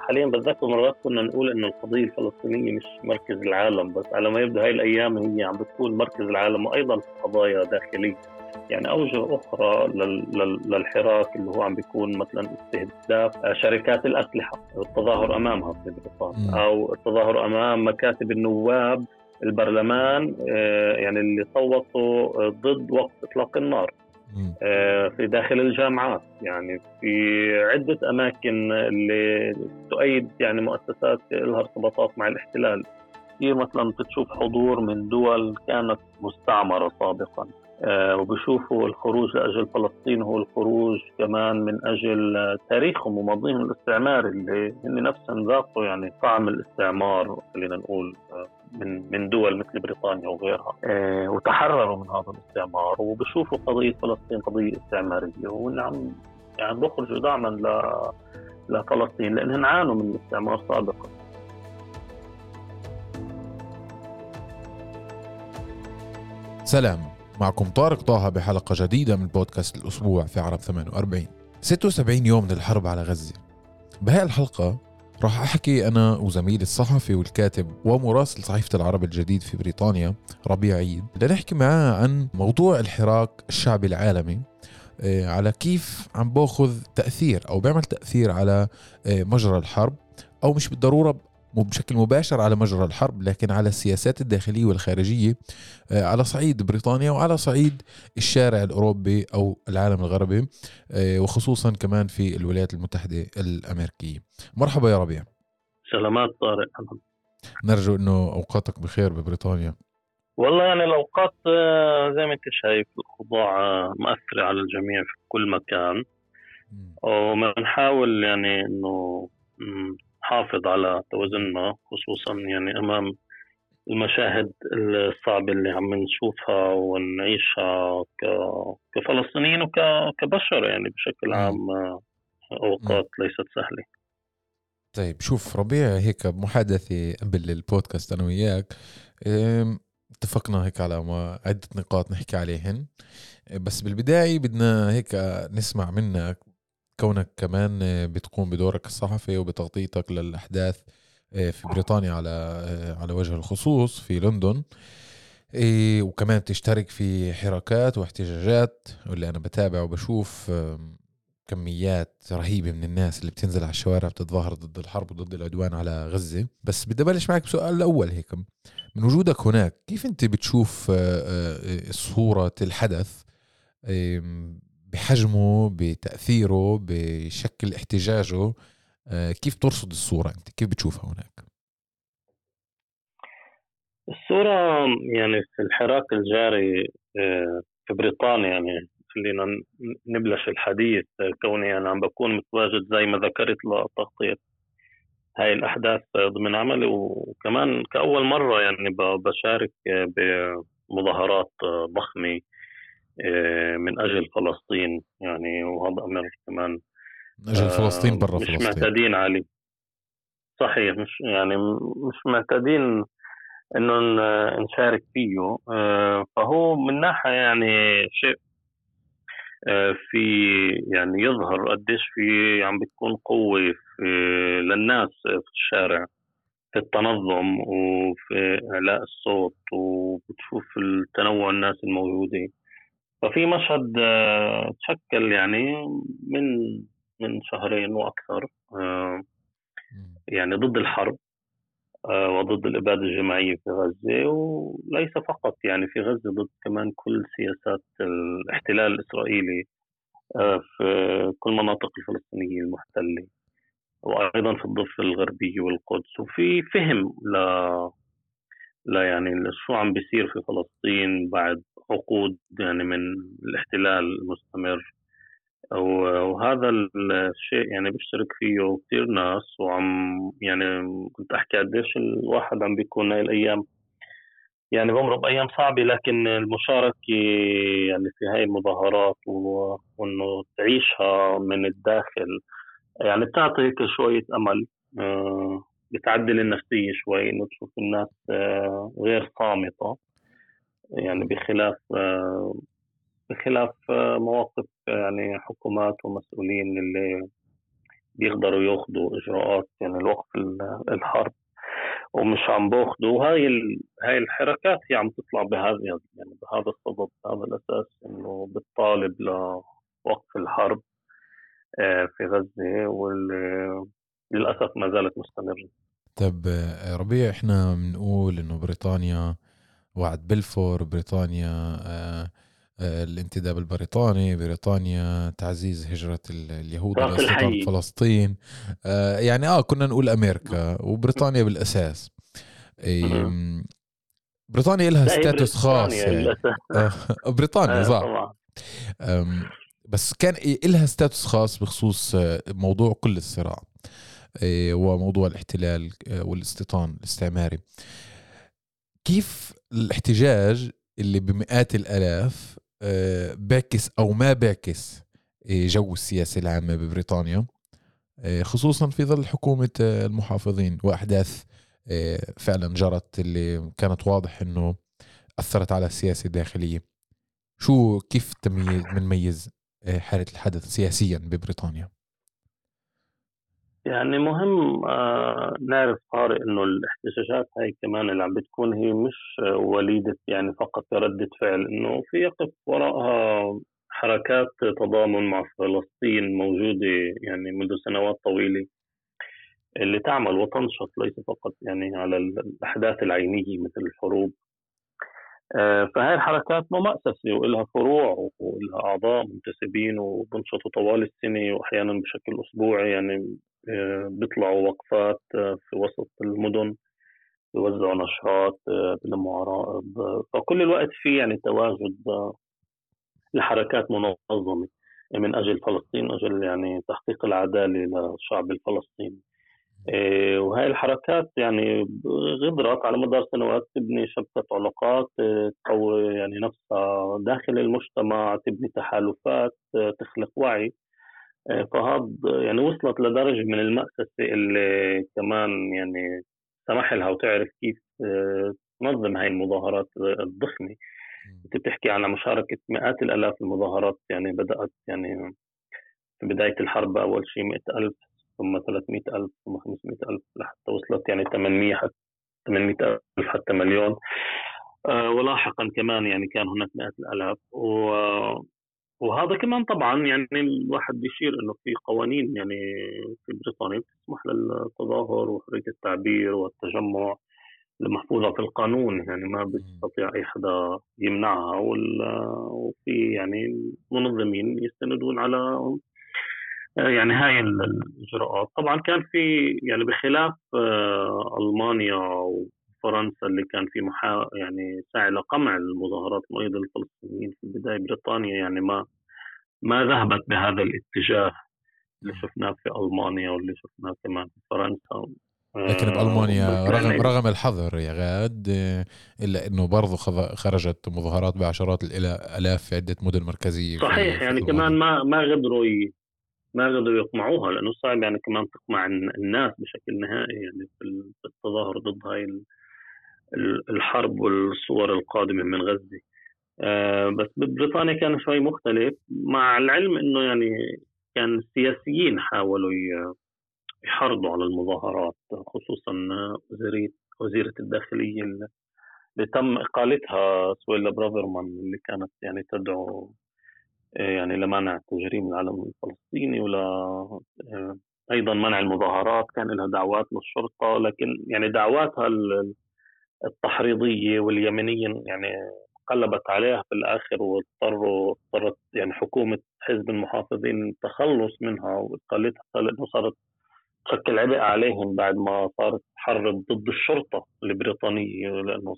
حاليا بتذكر مرات كنا نقول إنه القضية الفلسطينية مش مركز العالم، بس على ما يبدو هاي الأيام هي عم بتكون مركز العالم، وأيضا في قضايا داخلية. يعني أوجه أخرى للحراك اللي هو عم بيكون مثلا استهداف شركات الأسلحة والتظاهر أمامها في بريطانيا، أو التظاهر أمام مكاتب النواب البرلمان، يعني اللي صوتوا ضد وقف إطلاق النار في داخل الجامعات. يعني في عدة أماكن اللي تؤيد يعني مؤسسات لها ارتباطات مع الاحتلال. كثير مثلا بتشوف حضور من دول كانت مستعمرة سابقا، وبشوفوا الخروج لأجل فلسطين هو الخروج كمان من أجل تاريخهم وماضيهم الاستعماري، اللي هن نفسهم ذاقوا يعني طعم الاستعمار، خلينا نقول من دول مثل بريطانيا وغيرها، وتحرروا من هذا الاستعمار، وبشوفوا قضية فلسطين قضية استعمارية، وإن يعني بخرجوا دعما لفلسطين لأنهم عانوا من الاستعمار سابقا. سلام، معكم طارق طه بحلقة جديدة من بودكاست الأسبوع في عرب 48. 76 يوم من الحرب على غزة. بهاي الحلقة راح أحكي أنا وزميلي الصحفي والكاتب ومراسل صحيفة العرب الجديد في بريطانيا ربيع عيد، بدنا نحكي معاه عن موضوع الحراك الشعبي العالمي، على كيف عم باخذ تأثير أو بيعمل تأثير على مجرى الحرب، أو مش بالضرورة بشكل مباشر على مجرى الحرب، لكن على السياسات الداخلية والخارجية على صعيد بريطانيا وعلى صعيد الشارع الأوروبي أو العالم الغربي، وخصوصا كمان في الولايات المتحدة الأمريكية. مرحبا يا ربيع. سلامات طارق. نرجو أنه أوقاتك بخير ببريطانيا. والله يعني الأوقات زي ما أنت شايف الخضوع مؤثرة على الجميع في كل مكان، وبنحاول يعني إنه نحافظ على توازننا، خصوصا يعني أمام المشاهد الصعبة اللي عم نشوفها ونعيشها كفلسطينيين وكبشر يعني بشكل عام. أوقات ليست سهلة. طيب شوف ربيع، هيك بمحادثة قبل البودكاست أنا وياك اتفقنا هيك على عدة نقاط نحكي عليهن، بس بالبداية بدنا هيك نسمع منك، كونك كمان بتقوم بدورك الصحفي وبتغطيتك للأحداث في بريطانيا على وجه الخصوص في لندن، وكمان تشترك في حركات واحتجاجات اللي أنا بتابع وبشوف كميات رهيبة من الناس اللي بتنزل على الشوارع بتتظاهر ضد الحرب وضد العدوان على غزة. بس بدي أبلش معك بسؤال الأول هيك، من وجودك هناك كيف أنت بتشوف صورة الحدث بحجمه، بتأثيره، بشكل احتجاجه؟ كيف ترصد الصورة أنت؟ كيف بتشوفها هناك؟ الصورة يعني في الحراك الجاري في بريطانيا، يعني خلينا نبلش الحديث كوني أنا عم بكون متواجد زي ما ذكرت لتغطية هاي الأحداث ضمن عملي، وكمان كأول مرة يعني بشارك بمظاهرات ضخمة من أجل فلسطين، يعني وهذا أمر كمان من أجل فلسطين برا مش فلسطين. معتادين عليه. صحيح، مش معتادين إنه نشارك فيه. فهو من ناحية يعني شيء في يعني يظهر قديش في عم بتكون قوة للناس في الشارع في التنظم وفي إعلاء الصوت، وبتشوف التنوع الناس الموجودة. ففي مشهد تشكل يعني من شهرين وأكثر، يعني ضد الحرب وضد الإبادة الجماعية في غزة، وليس فقط يعني في غزة، ضد كمان كل سياسات الاحتلال الإسرائيلي في كل مناطق الفلسطينية المحتلة، وأيضا في الضفة الغربية والقدس. وفي فهم لا يعني شو عم بيصير في فلسطين بعد عقود يعني من الاحتلال المستمر. وهذا الشيء يعني بيشترك فيه كتير ناس، وعم يعني كنت أحكي قديش الواحد عم بيكون هاي الأيام يعني بمرق بأيام صعبة، لكن المشاركة يعني في هاي المظاهرات وإنه تعيشها من الداخل يعني بتعطيك شوية أمل، بتعدل النفسية شوي، إنه تشوف الناس غير صامتة، يعني بخلاف مواقف يعني حكومات ومسؤولين اللي بيقدروا ياخدوا إجراءات يعني لوقف الحرب، ومش عم باخدوا هاي الحركات هي عم تطلع يعني بهذا الصدد، بهذا الأساس إنه بتطالب لوقف الحرب في غزة، وللأسف ما زالت مستمرة. طب ربيع، احنا بنقول انه بريطانيا وعد بلفور، بريطانيا الانتداب البريطاني، بريطانيا تعزيز هجرة اليهود رأس والاستيطان الحي. بفلسطين. يعني كنا نقول أمريكا وبريطانيا بالأساس. مهم. إيه، بريطانيا لها لا، هي ستاتوس خاص بريطانيا يعني. للأسف. آه، بريطانيا صح. طبعا. بس كان لها ستاتوس خاص بخصوص موضوع كل الصراع، وموضوع الاحتلال والاستيطان الاستعماري. كيف الاحتجاج اللي بمئات الآلاف بيعكس أو ما بيعكس جو السياسة العامة ببريطانيا، خصوصا في ظل حكومة المحافظين وأحداث فعلا جرت اللي كانت واضح أنه أثرت على السياسة الداخلية. كيف بنميز حالة الحدث سياسيا ببريطانيا؟ يعني مهم نعرف طارق إنه الاحتجاجات هاي كمان اللي عم بتكون هي مش وليدة يعني فقط ردة فعل، إنه في يقف وراءها حركات تضامن مع فلسطين موجودة يعني منذ سنوات طويلة، اللي تعمل وتنشط ليس فقط يعني على الأحداث العينية مثل الحروب. فهاي الحركات مؤسسة وإلها فروع وإلها أعضاء منتسبين وبنشطوا طوال السنة وأحيانا بشكل أسبوعي، يعني بيطلعوا وقفات في وسط المدن، بيوزعوا نشرات، بلموا عرائض. فكل الوقت في يعني تواجد لحركات منظمة من أجل فلسطين، من أجل يعني تحقيق العدالة للشعب الفلسطيني. وهاي الحركات يعني غدرت على مدار سنوات تبني شبكة علاقات، تقوي يعني نفسها داخل المجتمع، تبني تحالفات، تخلق وعي. فهذا يعني وصلت لدرجة من المأسسة اللي كمان يعني سمح لها وتعرف كيف تنظم هاي المظاهرات الضخمة. انت بتحكي عن مشاركة مئات الآلاف المظاهرات، يعني بدأت يعني في بداية الحرب أول شيء 100,000، ثم 300,000، ثم 500,000، لحتى وصلت يعني 800,000 حتى مليون. ولاحقا كمان يعني كان هناك مئات الآلاف. وهذا كمان طبعا يعني الواحد بيشير انه في قوانين يعني في بريطانيا بتسمح للتظاهر وحرية التعبير والتجمع، المحفوظة في القانون، يعني ما بيستطيع أي حدا يمنعها. وفي يعني منظمين يستندون على يعني هاي الإجراءات. طبعا كان في يعني بخلاف ألمانيا وفرنسا اللي كان في يعني سعي لقمع المظاهرات وأيضا الفلسطينيين في البداية، بريطانيا يعني ما ذهبت بهذا الاتجاه اللي شفناه في ألمانيا واللي شفناه كمان في فرنسا. لكن بألمانيا بس يعني رغم الحظر يا غاد، إلا أنه برضو خرجت مظاهرات بعشرات الآلاف في عدة مدن مركزية صحيح، في يعني كمان ألمانيا. ما قدروا يقمعوها، لأنه صعب يعني كمان تقمع الناس بشكل نهائي يعني في التظاهر ضد هاي الحرب والصور القادمة من غزة. بس ببريطانيا كان شوي مختلف، مع العلم انه يعني كان السياسيين حاولوا يحرضوا على المظاهرات، خصوصا وزيرة الداخلية اللي تم إقالتها، سويلا برافرمان، اللي كانت يعني تدعو يعني لمنع تجريم العلم الفلسطيني ولا أيضا منع المظاهرات. كان لها دعوات للشرطة، لكن يعني دعواتها التحريضية واليمنية يعني قلبت عليها في الآخر، اضطرت يعني حكومة حزب المحافظين التخلص منها وإقالتها، لأنه صارت تشكل عبء عليهم بعد ما صارت تحرض ضد الشرطة البريطانية، لأنه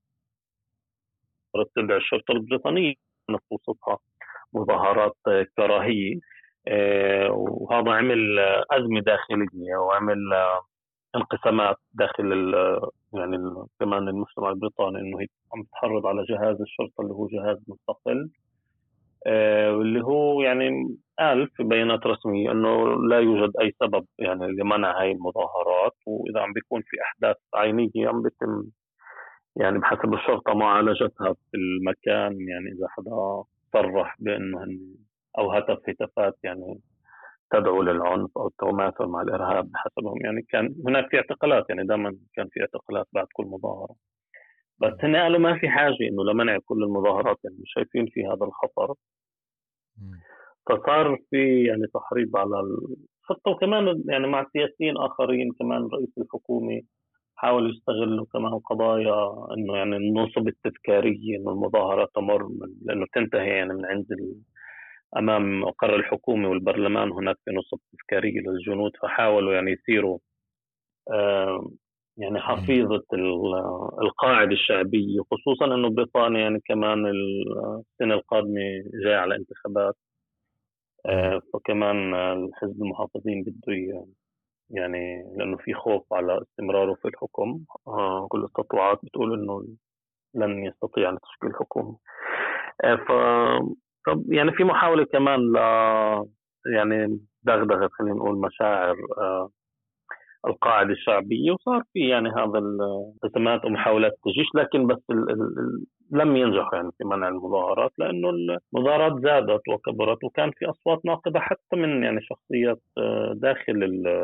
صارت تدعي الشرطة البريطانية أن توصفها مظاهرات كراهية. وهذا عمل أزمة داخلية، وعمل انقسامات داخل يعني كمان المجتمع البريطاني، انه هي عم تحرض على جهاز الشرطه اللي هو جهاز مستقل، واللي هو يعني قال في بيانات رسميه انه لا يوجد اي سبب يعني لمنع هاي المظاهرات، واذا عم بيكون في احداث عينيه عم بيتم يعني بحسب الشرطه معالجتها في المكان. يعني اذا حدا صرح بانه او هتف هتافات يعني تدعو للعنف أو التماثل مع الإرهاب بحسبهم. يعني كان هناك في اعتقالات، يعني دائما كان في اعتقالات بعد كل مظاهرة. بس هن قالوا ما في حاجة إنه لمنع كل المظاهرات، يعني مش شايفين في هذا الخطر. مم. فصار في يعني تحريض على الخطة. وكمان يعني مع سياسيين آخرين كمان رئيس الحكومة حاول يستغلوا كمان قضايا إنه يعني النصب التذكارية، إنه المظاهرة تمر لأنه تنتهي يعني من عند أمام مقر الحكومة والبرلمان هناك في نصب تذكاري للجنود. فحاولوا يعني يثيروا آه، يعني مم. حفيظة القاعدة الشعبية، خصوصا أنه بريطانيا يعني كمان السنة القادمة جاي على انتخابات. مم. فكمان الحزب المحافظين بده يعني لأنه في خوف على استمراره في الحكم. كل التطلعات بتقول أنه لن يستطيع أن تشكيل حكومة. ف طب يعني في محاولة كمان يعني دغدغة، خلينا نقول، مشاعر القاعدة الشعبية. وصار في يعني هذا التزامات ومحاولات تجيش، لكن بس لم ينجحوا يعني في منع المظاهرات، لأنه المظاهرات زادت وكبرت، وكان في أصوات ناقدة حتى من يعني شخصيات داخل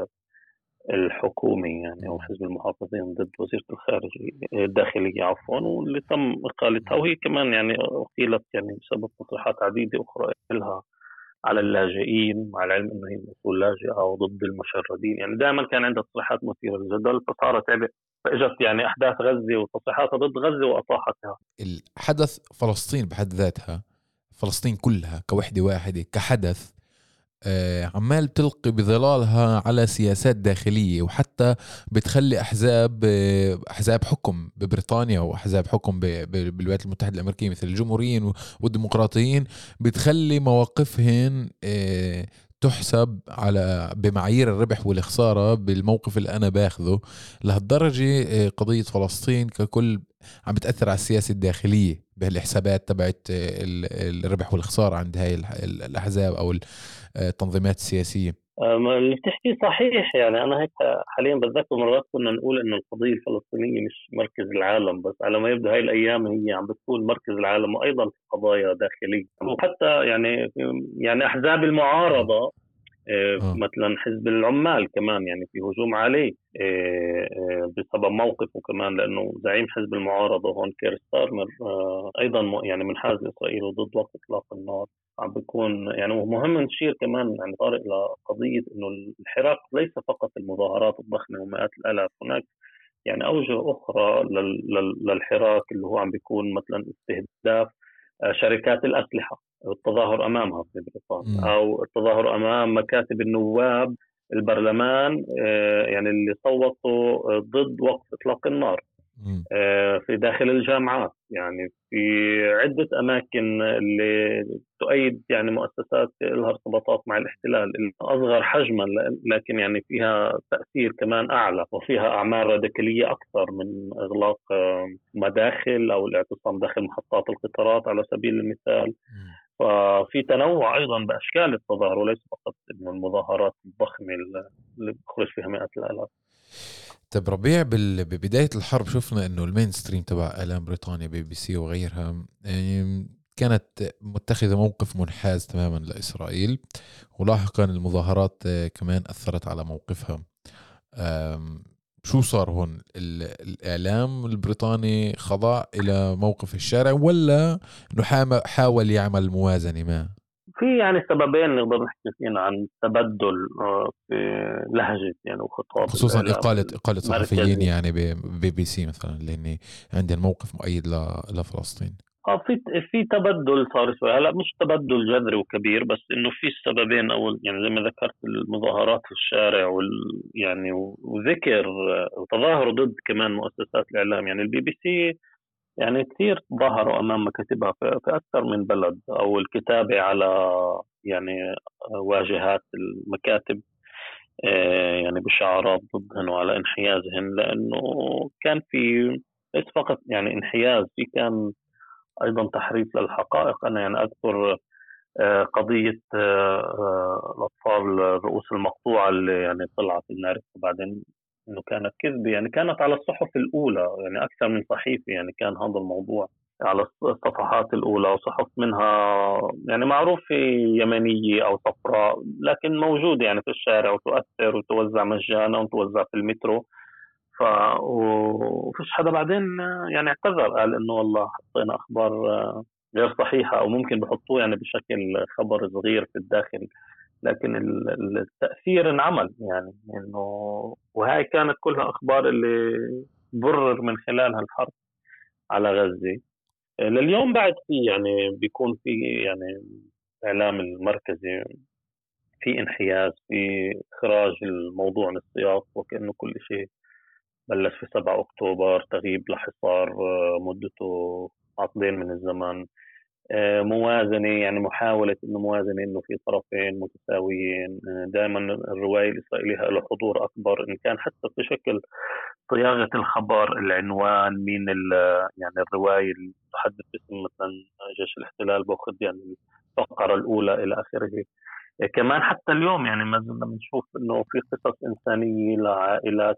الحكومة، يعني أو مم. حزب المحافظين ضد وزيرة الداخلية عفوا، واللي تم إقالتها. وهي كمان يعني أقيلت يعني بسبب تصريحات عديدة أخرى لها على اللاجئين، مع العلم انه هي مسؤول لاجئه وضد المشردين. يعني دائما كان عندها تصريحات مثيره للجدل، فصارت فاجت يعني احداث غزه وتصريحاتها ضد غزه واطاحتها. الحدث فلسطين بحد ذاتها، فلسطين كلها كوحدة واحدة كحدث، عمال تلقي بظلالها على سياسات داخلية، وحتى بتخلي أحزاب حكم ببريطانيا وأحزاب حكم بالولايات المتحدة الأمريكية مثل الجمهوريين والديمقراطيين، بتخلي مواقفهن تحسب على بمعايير الربح والخسارة بالموقف اللي أنا باخذه. لهالدرجة قضية فلسطين ككل عم بتأثر على السياسة الداخلية بالحسابات تبعت الربح والخسارة عند هاي الأحزاب أو التنظيمات السياسية. اللي بتحكيه صحيح. يعني انا هيك حاليا بتذكر مرات كنا نقول انه القضيه الفلسطينيه مش مركز العالم، بس على ما يبدو هاي الايام هي عم بتكون مركز العالم، وايضا في قضايا داخليه. وحتى يعني احزاب المعارضه اه. مثلا حزب العمال كمان يعني في هجوم عليه بسبب موقفه كمان، لأنه زعيم حزب المعارضة هون كير ستارمر أيضا يعني منحاز لإسرائيل وضد وقف إطلاق النار. عم بيكون يعني مهم نشير كمان يعني طارق لقضية إنه الحراك ليس فقط المظاهرات الضخمة ومئات الآلاف. هناك يعني أوجه أخرى للحراك، اللي هو عم بيكون مثلا استهداف شركات الأسلحة، التظاهر أمامها في بريطانيا، امم. أو التظاهر أمام مكاتب النواب البرلمان يعني اللي صوتوا ضد وقف إطلاق النار، امم. في داخل الجامعات، يعني في عدة أماكن اللي تؤيد يعني مؤسسات لها ارتباطات مع الاحتلال، أصغر حجما لكن يعني فيها تأثير كمان أعلى، وفيها أعمال راديكالية أكثر من إغلاق مداخل أو الاعتصام داخل محطات القطارات على سبيل المثال. ففي تنوع أيضا بأشكال التظاهر، وليس فقط إنه المظاهرات الضخمة اللي بخرج فيها مئات الآلاف. طيب ربيع، ببداية الحرب شفنا انه المين ستريم تبع اعلام بريطانيا BBC وغيرها يعني كانت متخذة موقف منحاز تماما لإسرائيل، ولاحقا المظاهرات كمان أثرت على موقفها. شو صار هون؟ الإعلام البريطاني خضع إلى موقف الشارع، ولا إنه حاول يعمل موازنة ما؟ في يعني سببين نقدر نحكي فينا عن تبدل في لهجة يعني وخطاب خصوصا الإعلام إقالة صحفيين المركزي. يعني BBC مثلا، لأن عندهم موقف مؤيد لفلسطين. في تبدل صار شوي هلا، مش تبدل جذري وكبير، بس انه في السببين. اول يعني زي ما ذكرت المظاهرات في الشارع يعني وذكر وتظاهر ضد كمان مؤسسات الاعلام. يعني BBC يعني كثير ظهروا امام مكاتبها في اكثر من بلد، او الكتابه على يعني واجهات المكاتب يعني بشعارات ضدهن وعلى انحيازهن، لانه كان في ليس فقط يعني انحياز، في كان أيضا تحريف للحقائق. أنا يعني أذكر قضية الأطفال الرؤوس المقطوعة اللي يعني طلعت بنعرف بعدين إنه كانت كذبة، يعني كانت على الصحف الأولى، يعني أكثر من صحيفة يعني كان هذا الموضوع على الصفحات الأولى، وصحف منها يعني معروفة يمنية أو صفراء، لكن موجودة يعني في الشارع وتؤثر وتوزع مجانا وتوزع في المترو. ف وفيش حدا بعدين يعني اعتذر، قال إنه والله حطينا أخبار غير صحيحة، أو ممكن بحطوه يعني بشكل خبر صغير في الداخل، لكن التأثير انعمل يعني إنه. وهاي كانت كلها أخبار اللي برر من خلالها الحرب على غزة. لليوم بعد في يعني بيكون في يعني إعلام المركزي في انحياز في إخراج الموضوع من السياق، وكأنه كل شيء بلش في 7 أكتوبر، تغيب لحصار مدته عقدين من الزمن، موازنة يعني محاولة إنه موازنة إنه في طرفين متساويين. دائما الرواية الإسرائيلية له حضور أكبر، إن كان حتى في شكل صياغة الخبر، العنوان، مين يعني الرواية اللي تحدث باسم مثلا جيش الاحتلال باخذ يعني الفقرة الأولى إلى آخره. كمان حتى اليوم يعني ما زلنا بنشوف إنه في قصص إنسانية لعائلات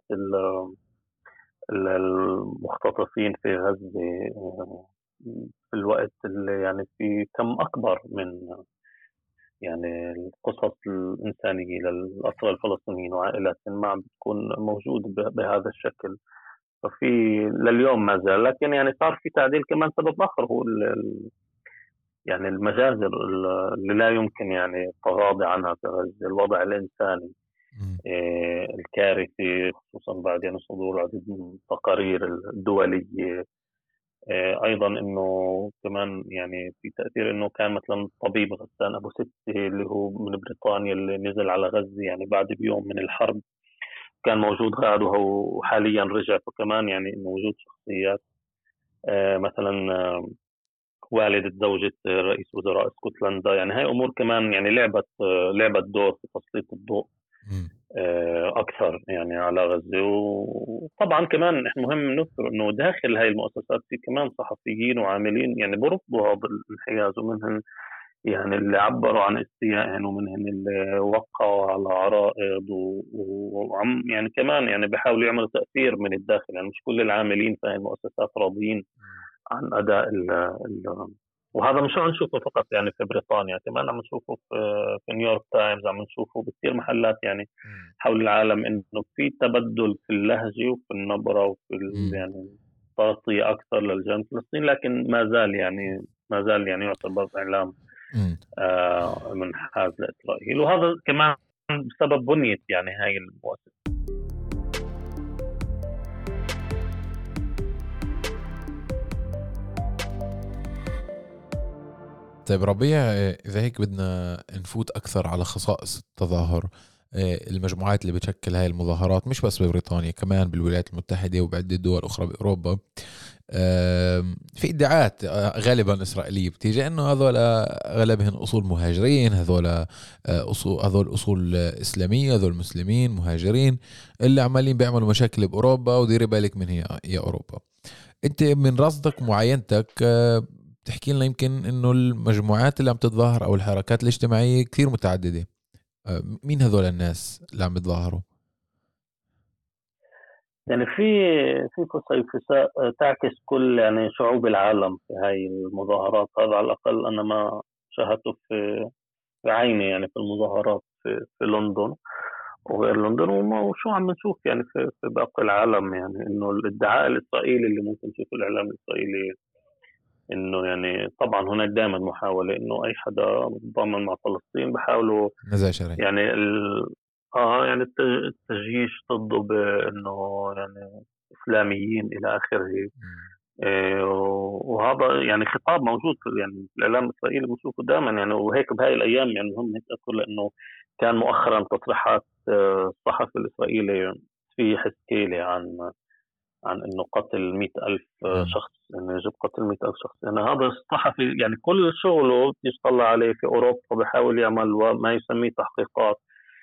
المختطفين في غزة، في الوقت اللي يعني في كم أكبر من يعني القصص الإنسانية للأسرى الفلسطينيين وعائلاتهم ما عم بتكون موجودة بهذا الشكل. ففي لليوم ما زال، لكن يعني صار في تعديل كمان. سبب آخر هو يعني المجازر اللي لا يمكن يعني التغاضي عنها في غزة، الوضع الإنساني الكارثي، خصوصا بعد يعني صدور عديد من التقارير الدولية. ايضا انه كمان يعني في تاثير انه كان مثلا الطبيب غسان ابو ستة اللي هو من بريطانيا اللي نزل على غزه يعني بعد بيوم من الحرب، كان موجود غاد وحاليا رجع. فكمان يعني انه وجود شخصيات مثلا والدة زوجة رئيس وزراء اسكتلندا، يعني هاي امور كمان يعني لعبت دور في تسليط الضوء اكثر يعني على غزه. وطبعا كمان احنا مهم نذكر انه داخل هاي المؤسسات في كمان صحفيين وعاملين يعني برفضوا هذا الانحياز، ومنهم يعني اللي عبروا عن استيائهم، ومنهم اللي وقعوا على عرائض وعم يعني كمان يعني بيحاولوا يعملوا تاثير من الداخل. يعني مش كل العاملين في هاي المؤسسات راضيين عن اداء وهذا مش عم نشوفه فقط يعني في بريطانيا، كمان عم نشوفه في نيويورك تايمز، عم نشوفه بكثير محلات يعني حول العالم، انه في تبدل في اللهجه وفي النبره وفي يعني تغطيه اكثر للجانب الفلسطيني، لكن ما زال يعني يعتبر اعلام منحاز لاسرائيل. وهذا كمان بسبب بنيه يعني هاي المؤسسه. طيب ربيع، إذا هيك بدنا نفوت أكثر على خصائص التظاهر، المجموعات اللي بتشكل هاي المظاهرات مش بس ببريطانيا، كمان بالولايات المتحدة وبعدة دول أخرى بأوروبا. في ادعاءات غالبا إسرائيلية بتيجي إنه هذول أغلبهم أصول مهاجرين، هذول أصول إسلامية، هذول مسلمين مهاجرين اللي عمالين بيعملوا مشاكل بأوروبا، وديري بالك من هي يا أوروبا. أنت من رصدك معينتك بتحكي لنا يمكن إنه المجموعات اللي عم تتظاهر أو الحركات الاجتماعية كثير متعددة. مين هذول الناس اللي عم يتظاهروا؟ يعني في فسيفساء تعكس كل يعني شعوب العالم في هاي المظاهرات. هذا على الأقل أنا ما شاهدته في عيني يعني في المظاهرات في لندن وغير لندن، وشو عم نشوف يعني في باقي العالم. يعني إنه الادعاء الإسرائيلي اللي ممكن نشوفه الإعلام الإسرائيلي، إنه يعني طبعا هناك دائما محاولة إنه أي حدا متضامن مع فلسطين بحاولوا نزاع شرعي. يعني يعني التجيش ضده بانه يعني اسلاميين الى اخره. وهذا يعني خطاب موجود يعني في الاعلام الاسرائيلي بنشوفه دائما يعني. وهيك بهاي الايام يعني هم يتذكروا، لانه كان مؤخرا تصريحات الصحفي الاسرائيلي في حسكيلي عن انه قتل 100,000 شخص، انه يجب قتل 100,000 شخص. يعني هذا الصحفي يعني كل شغله يطلع عليه في اوروبا، بحاول يعمل ما يسميه تحقيقات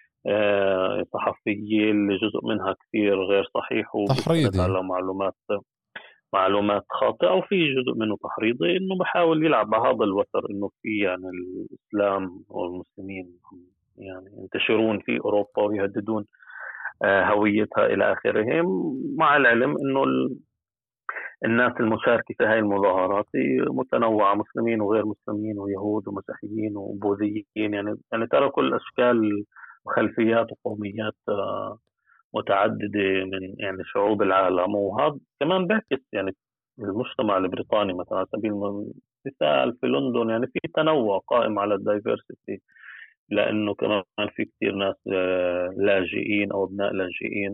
صحفية اللي جزء منها كثير غير صحيح وبيستند تحريضي. على معلومات خاطئة، وفي جزء منه تحريضي، انه بحاول يلعب بهذا الوتر انه في يعني الاسلام والمسلمين يعني ينتشرون في اوروبا ويهددون هويتها الى اخره، مع العلم انه الناس المشاركة في هاي المظاهرات متنوعة، مسلمين وغير مسلمين ويهود ومسيحيين وبوذيين، يعني ترى كل أشكال وخلفيات وقوميات متعددة من يعني شعوب العالم. وهذا كمان بيعكس يعني المجتمع البريطاني مثلا على سبيل المثال في لندن، يعني في تنوع قائم على الدايفرسيتي، لأنه كمان في كثير ناس لاجئين أو أبناء لاجئين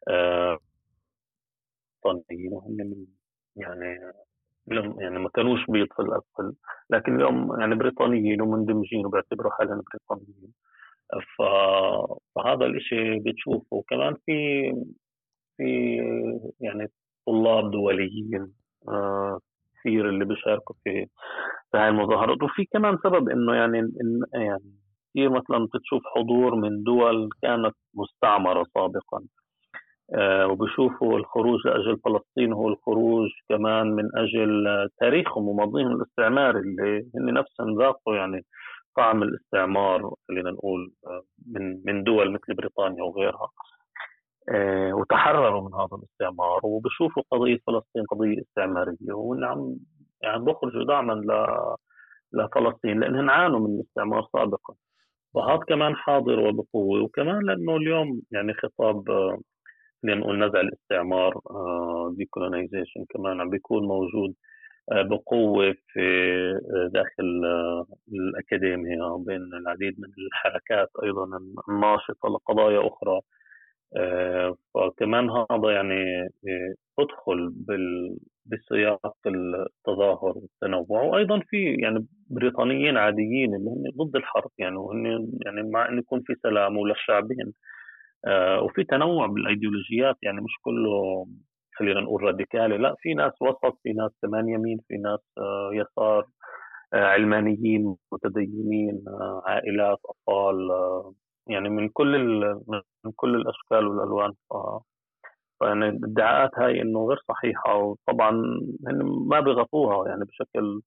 بريطانيين، وهم من يعني يعني ما كانوش بيض في الأصل، لكن اليوم يعني بريطانيين ومندمجين وبيعتبروا حالهم بريطانيين. ف... فهذا الإشي بتشوفه كمان في يعني طلاب دوليين كثير اللي بيشاركوا في هاي المظاهرات. وفي كمان سبب إنه يعني كثير مثلا بتشوف حضور من دول كانت مستعمرة سابقا، وبشوفوا الخروج لأجل فلسطين هو الخروج كمان من أجل تاريخهم وماضيهم الاستعماري، اللي هن نفسهم ذاقوا يعني طعم الاستعمار، خلينا نقول من دول مثل بريطانيا وغيرها، وتحرروا من هذا الاستعمار، وبشوفوا قضية فلسطين قضية استعمارية، وإن عم يعني بخرجوا دعما لفلسطين لأنهم عانوا من الاستعمار سابقا. وهذا كمان حاضر وبقوة. وكمان لأنه اليوم يعني خطاب خلينا نقول نزع الاستعمار decolonization كمان عم بيكون موجود بقوة في داخل الأكاديمية بين العديد من الحركات أيضا الناشطة لقضايا أخرى. فكمان هذا يعني تدخل بسياق التظاهر والتنوع. وأيضا في يعني بريطانيين عاديين اللي هم ضد الحرب، يعني وهن يعني مع أن يكون في سلام وللشعبين، وفي تنوع بالايديولوجيات، يعني مش كله خلينا نقول راديكالي، لا، في ناس وسط، في ناس كمان يمين، في ناس يسار، علمانيين متدينين، عائلات، اطفال، يعني من كل الاشكال والالوان. فيعني الادعاءات هاي انه غير صحيحه، وطبعا هن ما بيغطوها يعني بشكل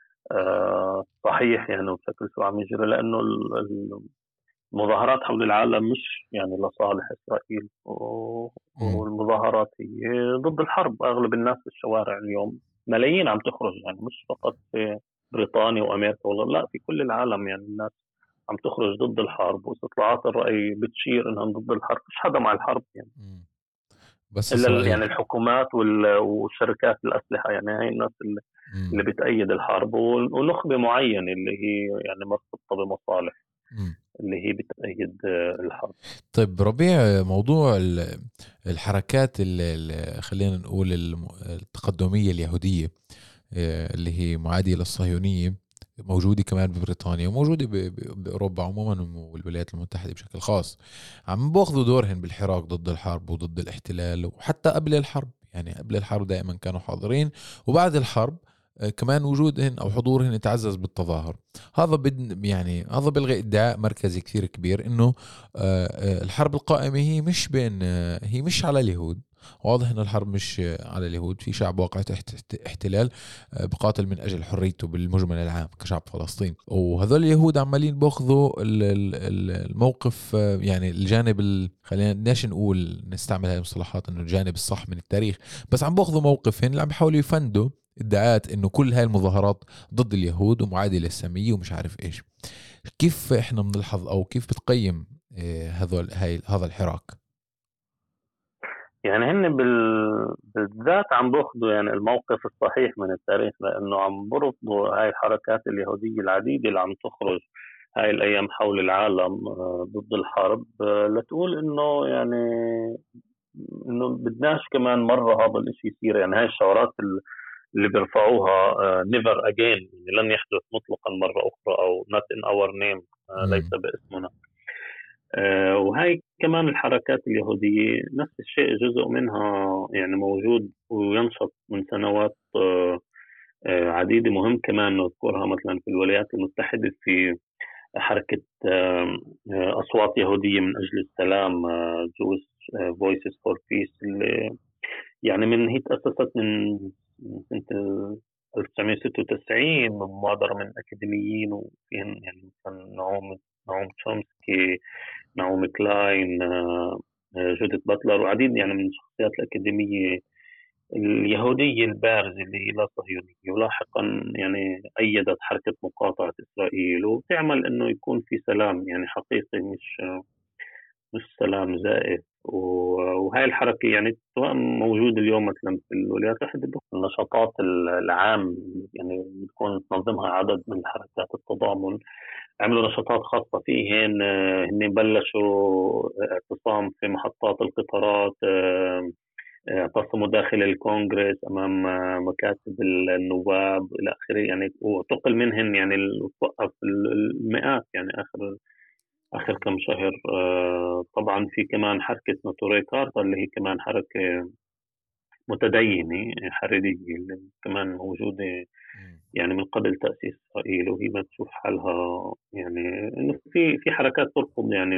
صحيح، يعني وبشكل شو عم يجري، لانه المظاهرات حول العالم مش يعني لصالح إسرائيل، والمظاهرات هي ضد الحرب. أغلب الناس في الشوارع اليوم ملايين عم تخرج، يعني مش فقط في بريطانيا وأمريكا لا، في كل العالم يعني الناس عم تخرج ضد الحرب، واستطلاعات الرأي بتشير إنهم ضد الحرب. مش حدا مع الحرب يعني، بس إلا إسرائيل. يعني الحكومات والشركات الأسلحة، يعني هاي الناس اللي بتأيد الحرب، ونخبة معينة اللي هي يعني مرتبطة بمصالح اللي هي بتأيد الحرب. طيب ربيع، موضوع الحركات خلينا نقول التقدمية اليهودية اللي هي معادية للصهيونية، موجودة كمان ببريطانيا وموجودة بأوروبا عموما والولايات المتحدة بشكل خاص، عم باخذوا دورهن بالحراك ضد الحرب وضد الاحتلال، وحتى قبل الحرب. يعني قبل الحرب دائما كانوا حاضرين، وبعد الحرب كمان وجودهن أو حضورهن يتعزز بالتظاهر. يعني هذا بلغي ادعاء مركزي كثير كبير إنه الحرب القائمة هي مش بين هي مش على اليهود. واضح إن الحرب مش على اليهود، في شعب واقع تحت احتلال بقاتل من أجل حريته بالمجمل العام كشعب فلسطين، وهذول اليهود عمالين بأخذوا الموقف، يعني الجانب خلينا ناش نقول نستعمل هاي المصطلحات إنه الجانب الصح من التاريخ، بس عم بأخذوا موقفين اللي عم بيحاولوا يفندوا ادعاءات إنه كل هاي المظاهرات ضد اليهود ومعادية للسامية ومش عارف إيش. كيف إحنا بنلحظ أو كيف بتقيم هذا الحراك؟ يعني هن بالذات عم باخذوا يعني الموقف الصحيح من التاريخ، لانه عم برفضوا هاي الحركات اليهوديه العديده اللي عم تخرج هاي الايام حول العالم ضد الحرب، لتقول انه يعني انه بدناش كمان مره هذا الاشي يصير. يعني هاي الشعارات اللي بيرفعوها نيفر اجين، يعني لن يحدث مطلقا مره اخرى، او not in our name، ليس باسمنا. وهي كمان الحركات اليهودية نفس الشيء، جزء منها يعني موجود وينشط من سنوات عديدة. مهم كمان نذكرها مثلا في الولايات المتحدة في حركة أصوات يهودية من أجل السلام، Jewish Voices for Peace، اللي يعني هي تأسست من سنة 1996 بمبادرة من أكاديميين، وفيهم يعني مثلا نعوم تشومسكي، نعومي كلاين، جوديث باتلر، وعديد يعني من الشخصيات الأكاديمية اليهودي البارز اللي هي لا صهيونية، ولاحقا يعني أيدت حركة مقاطعة إسرائيل وتعمل إنه يكون في سلام يعني حقيقي، مش سلام زائف. وهاي الحركة يعني سواء موجود اليوم مثلا في الولايات المتحدة، النشاطات العام يعني بتكون تنظمها عدد من حركات التضامن، عملوا نشاطات خاصة فيهن. هن بلشوا اعتصام في محطات القطارات، اعتصموا داخل الكونغرس أمام مكاتب النواب إلى آخره يعني، وتقل منهن يعني وقف المئات يعني آخر كم شهر. طبعا في كمان حركة ناتوري كارتا اللي هي كمان حركة متدينة حريدية اللي كمان موجودة يعني من قبل تأسيس إسرائيل، وهي ما تشوف حالها يعني إنه في حركات ترفض يعني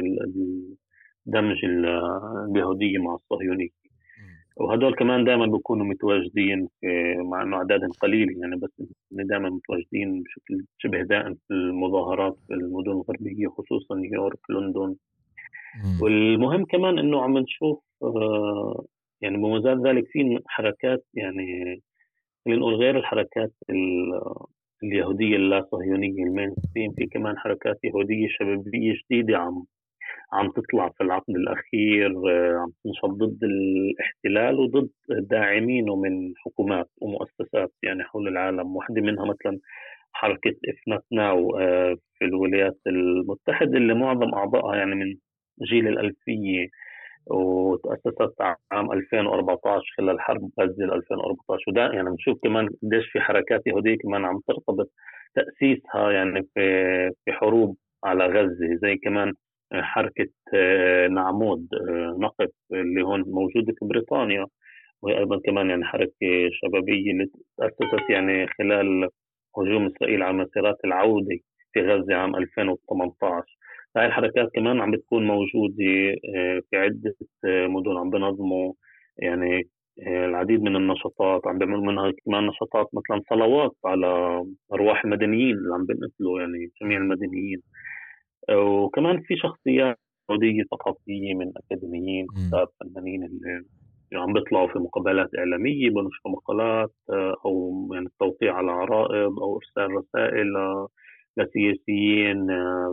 دمج اليهودية مع الصهيونية. وهدول كمان دائما بيكونوا متواجدين مع انه اعدادهم قليله يعني، بس دائما متواجدين بشكل شبه دائم في المظاهرات في المدن الغربيه، خصوصا نيويورك، لندن. والمهم كمان انه عم نشوف يعني بمزاد ذلك في حركات يعني خلينا نقول غير الحركات اليهوديه اللا صهيونيه المينستريم، في كمان حركات يهوديه شبابيه جديده عم تطلع في العقد الأخير، عم تنشط ضد الاحتلال وضد داعمينه من حكومات ومؤسسات يعني حول العالم. واحدة منها مثلا حركة إف ناو في الولايات المتحدة، اللي معظم أعضائها يعني من جيل الألفية، وتأسست عام 2014 خلال حرب غزة 2014. وده يعني بنشوف كمان قديش في حركات يهودية كمان عم ترتبط تأسيسها يعني في حروب على غزة، زي كمان حركة نعمود نقب اللي هون موجودة في بريطانيا، وهي أيضا كمان يعني حركة شبابية اللي تأسست يعني خلال هجوم إسرائيل على مسيرات العودة في غزة عام 2018. هاي الحركات كمان عم بتكون موجودة في عدة مدن، عم بنظموا يعني العديد من النشاطات، عم بيعملوا منها كمان نشاطات مثلا صلوات على أرواح المدنيين اللي عم بنقتلوا يعني جميع المدنيين. وكمان في شخصيات سعودية ثقافية من أكاديميين، كتاب، فنانين اللي عم بيطلعوا في مقابلات إعلامية، بنشروا مقالات أو يعني التوقيع على عرائض أو إرسال رسائل لسياسيين.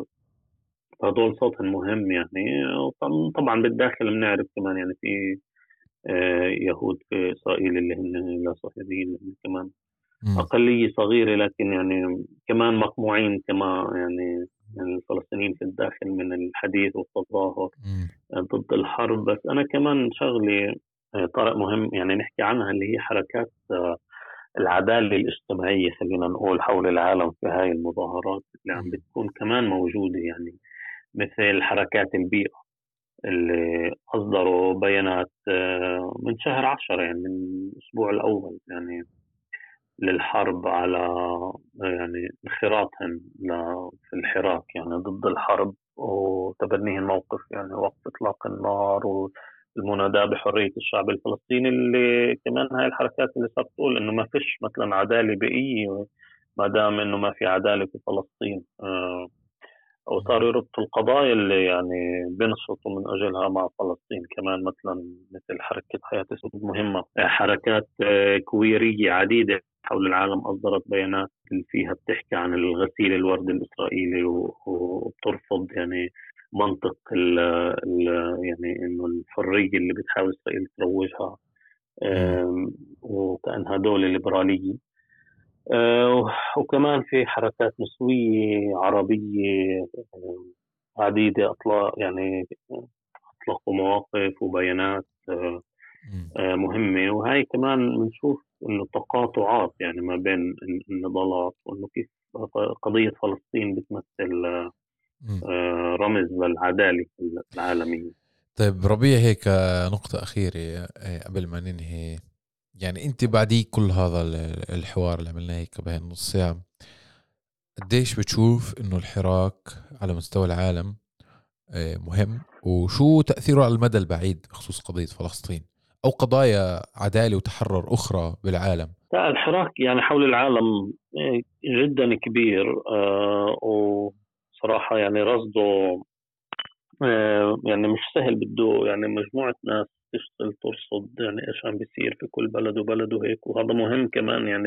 فهدول صوتهم مهم يعني. طبعا بالداخل بنعرف كمان يعني في يهود في إسرائيل اللي هم لا صهيونيين، اللي كمان أقلية صغيرة لكن يعني كمان مقموعين كما يعني الفلسطينيين في الداخل من الحديث والتظاهر ضد الحرب. بس أنا كمان شغلي طارق مهم يعني نحكي عنها، اللي هي حركات العدالة الاجتماعية خلينا نقول حول العالم في هاي المظاهرات اللي عم بتكون كمان موجودة يعني، مثل حركات البيئة اللي أصدروا بيانات من شهر 10 يعني من الأسبوع الأول يعني للحرب على يعني انخراطهم في الحراك يعني ضد الحرب وتبنيه الموقف يعني وقف إطلاق النار والمناداة بحرية الشعب الفلسطيني، اللي كمان هاي الحركات اللي صارت تقول إنه ما فيش مثلا عدالة بيئية ما دام إنه ما في عدالة في فلسطين. أو صاروا يربطوا القضايا اللي يعني بينشطوا من أجلها مع فلسطين كمان، مثلا مثل حركة حياة السود مهمة. حركات كويرية عديدة حول العالم أصدرت بيانات اللي فيها بتحكي عن الغسيل الوردي الإسرائيلي وبترفض يعني منطق ال يعني إنه الحرية اللي بتحاول إسرائيل تروجها، وكأنها دولة ليبرالية. وكمان في حركات نسوية عربية عديدة أطلقوا مواقف وبيانات مهمة. وهي كمان بنشوف إنه تقاطعات يعني ما بين النضالات، وإنه كيف قضية فلسطين بتمثل رمز للعدالة العالمية. طيب ربيع، هيك نقطة أخيرة قبل ما ننهي. يعني أنت بعدي كل هذا الحوار اللي عملناه هيك بهي النص ساعة، قديش بتشوف إنه الحراك على مستوى العالم مهم، وشو تأثيره على المدى البعيد بخصوص قضية فلسطين أو قضايا عدالة وتحرر أخرى بالعالم؟ الحراك يعني حول العالم جدا كبير، وصراحة يعني رصده يعني مش سهل، بده يعني مجموعة ناس تشتغل ترصد يعني إيش عم بيصير في كل بلد وبلد وهيك. وهذا مهم كمان يعني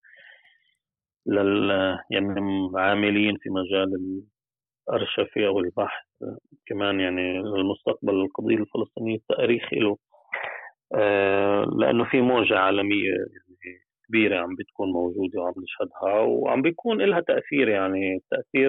يعني العاملين في مجال الأرشفة أو البحث كمان، يعني المستقبل القضية الفلسطينية التاريخ له، لأنه في موجة عالمية يعني كبيرة عم بتكون موجودة وعم نشهدها وعم بيكون لها تأثير، يعني تأثير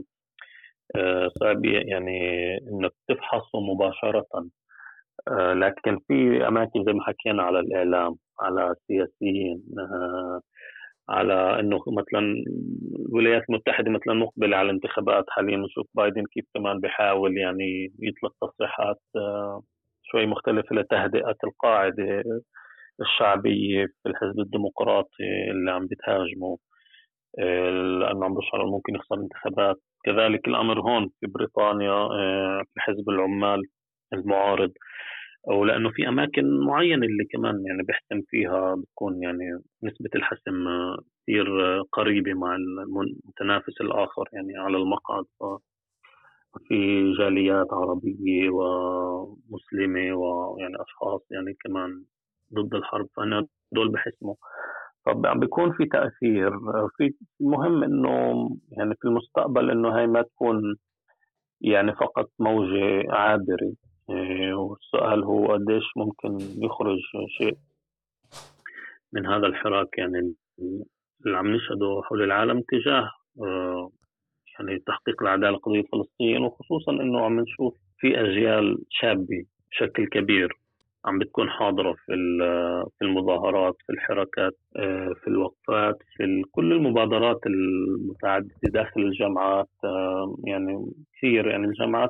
صعب يعني إنك تفحصه مباشرة. لكن في أماكن زي ما حكينا على الإعلام، على السياسيين، على انه مثلا الولايات المتحده مثلا مقبله على الانتخابات حاليا، نشوف بايدن كيف كمان بيحاول يعني يطلق تصريحات شوي مختلفه لتهدئه القاعده الشعبيه في الحزب الديمقراطي اللي عم بتهاجمه، لانه عم بشعر ممكن يخسر الانتخابات. كذلك الامر هون في بريطانيا في حزب العمال المعارض، أو لأنه في أماكن معينة اللي كمان يعني بيحسم فيها بتكون يعني نسبة الحسم كثير قريبة مع المتنافس الآخر يعني على المقعد. في جاليات عربية ومسلمة ويعني أشخاص يعني كمان ضد الحرب، فأنا دول بحسموا، فعم بيكون في تأثير. في مهم إنه يعني في المستقبل إنه هاي ما تكون يعني فقط موجة عابرة. والسؤال هو قديش ممكن يخرج شيء من هذا الحراك يعني اللي عم نشهده حول العالم تجاه يعني تحقيق العدالة القضية الفلسطينية، وخصوصا انه عم نشوف في اجيال شابة بشكل كبير عم بتكون حاضرة في المظاهرات، في الحركات، في الوقفات، في كل المبادرات المتعددة داخل الجامعات. يعني كثير يعني الجامعات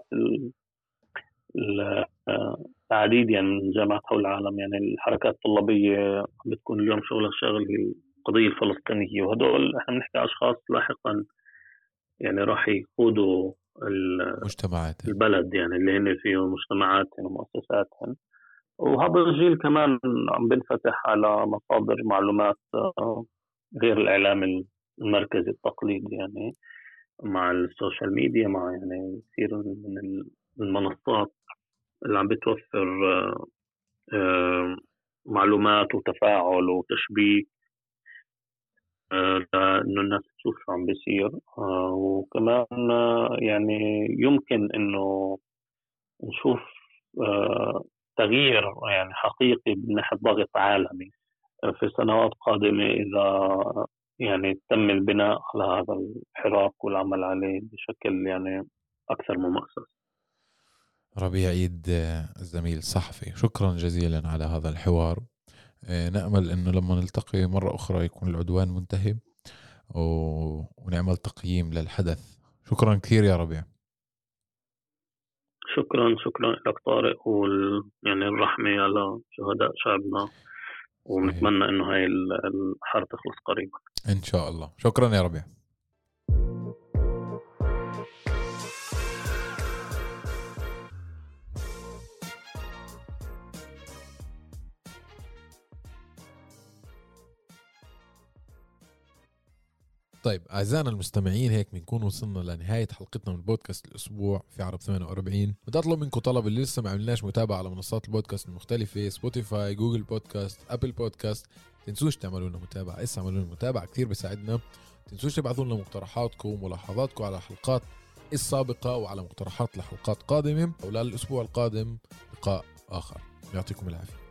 العديد يعني من الجامعات حول العالم، يعني الحركات الطلابية بتكون اليوم شغلها هي القضية الفلسطينية، وهدول احنا بنحكي أشخاص لاحقا يعني راح يقودوا مجتمعات البلد يعني اللي هن فيه مجتمعاتهم ومؤسساتهم. وهذا الجيل كمان عم بنفتح على مصادر معلومات غير الإعلام المركزي التقليدي، يعني مع السوشيال ميديا، مع يعني كثير من المنصات اللي عم بتوفر معلومات وتفاعل وتشبيك لأنه الناس تشوف شو عم بيصير. وكمان يعني يمكن إنه نشوف تغيير يعني حقيقي من ناحية ضغط عالمي في سنوات قادمة إذا يعني تم البناء على هذا الحراك والعمل عليه بشكل يعني أكثر ممأسس. ربيع عيد الزميل الصحفي، شكرا جزيلا على هذا الحوار. نأمل أنه لما نلتقي مرة أخرى يكون العدوان منتهي ونعمل تقييم للحدث. شكرا كثير يا ربيع. شكرا لك طارق، يعني الرحمة على شهداء شعبنا، ونتمنى انه هاي الحرب تخلص قريبا ان شاء الله. شكرا يا ربيع. طيب أعزائنا المستمعين، هيك بنكون وصلنا لنهاية حلقتنا من بودكاست الأسبوع في عرب 48. بدي أطلب منكم طلب، اللي لسه ما عملناش متابعة على منصات البودكاست المختلفة سبوتيفاي، جوجل بودكاست، أبل بودكاست، تنسوش تعملوا لنا متابعة. اعملوا لنا متابعة كثير بيساعدنا. تنسوش تبعثوا لنا مقترحاتكم وملاحظاتكم على الحلقات السابقة وعلى مقترحات لحلقات قادمة، أو للأسبوع القادم لقاء آخر. يعطيكم العافية.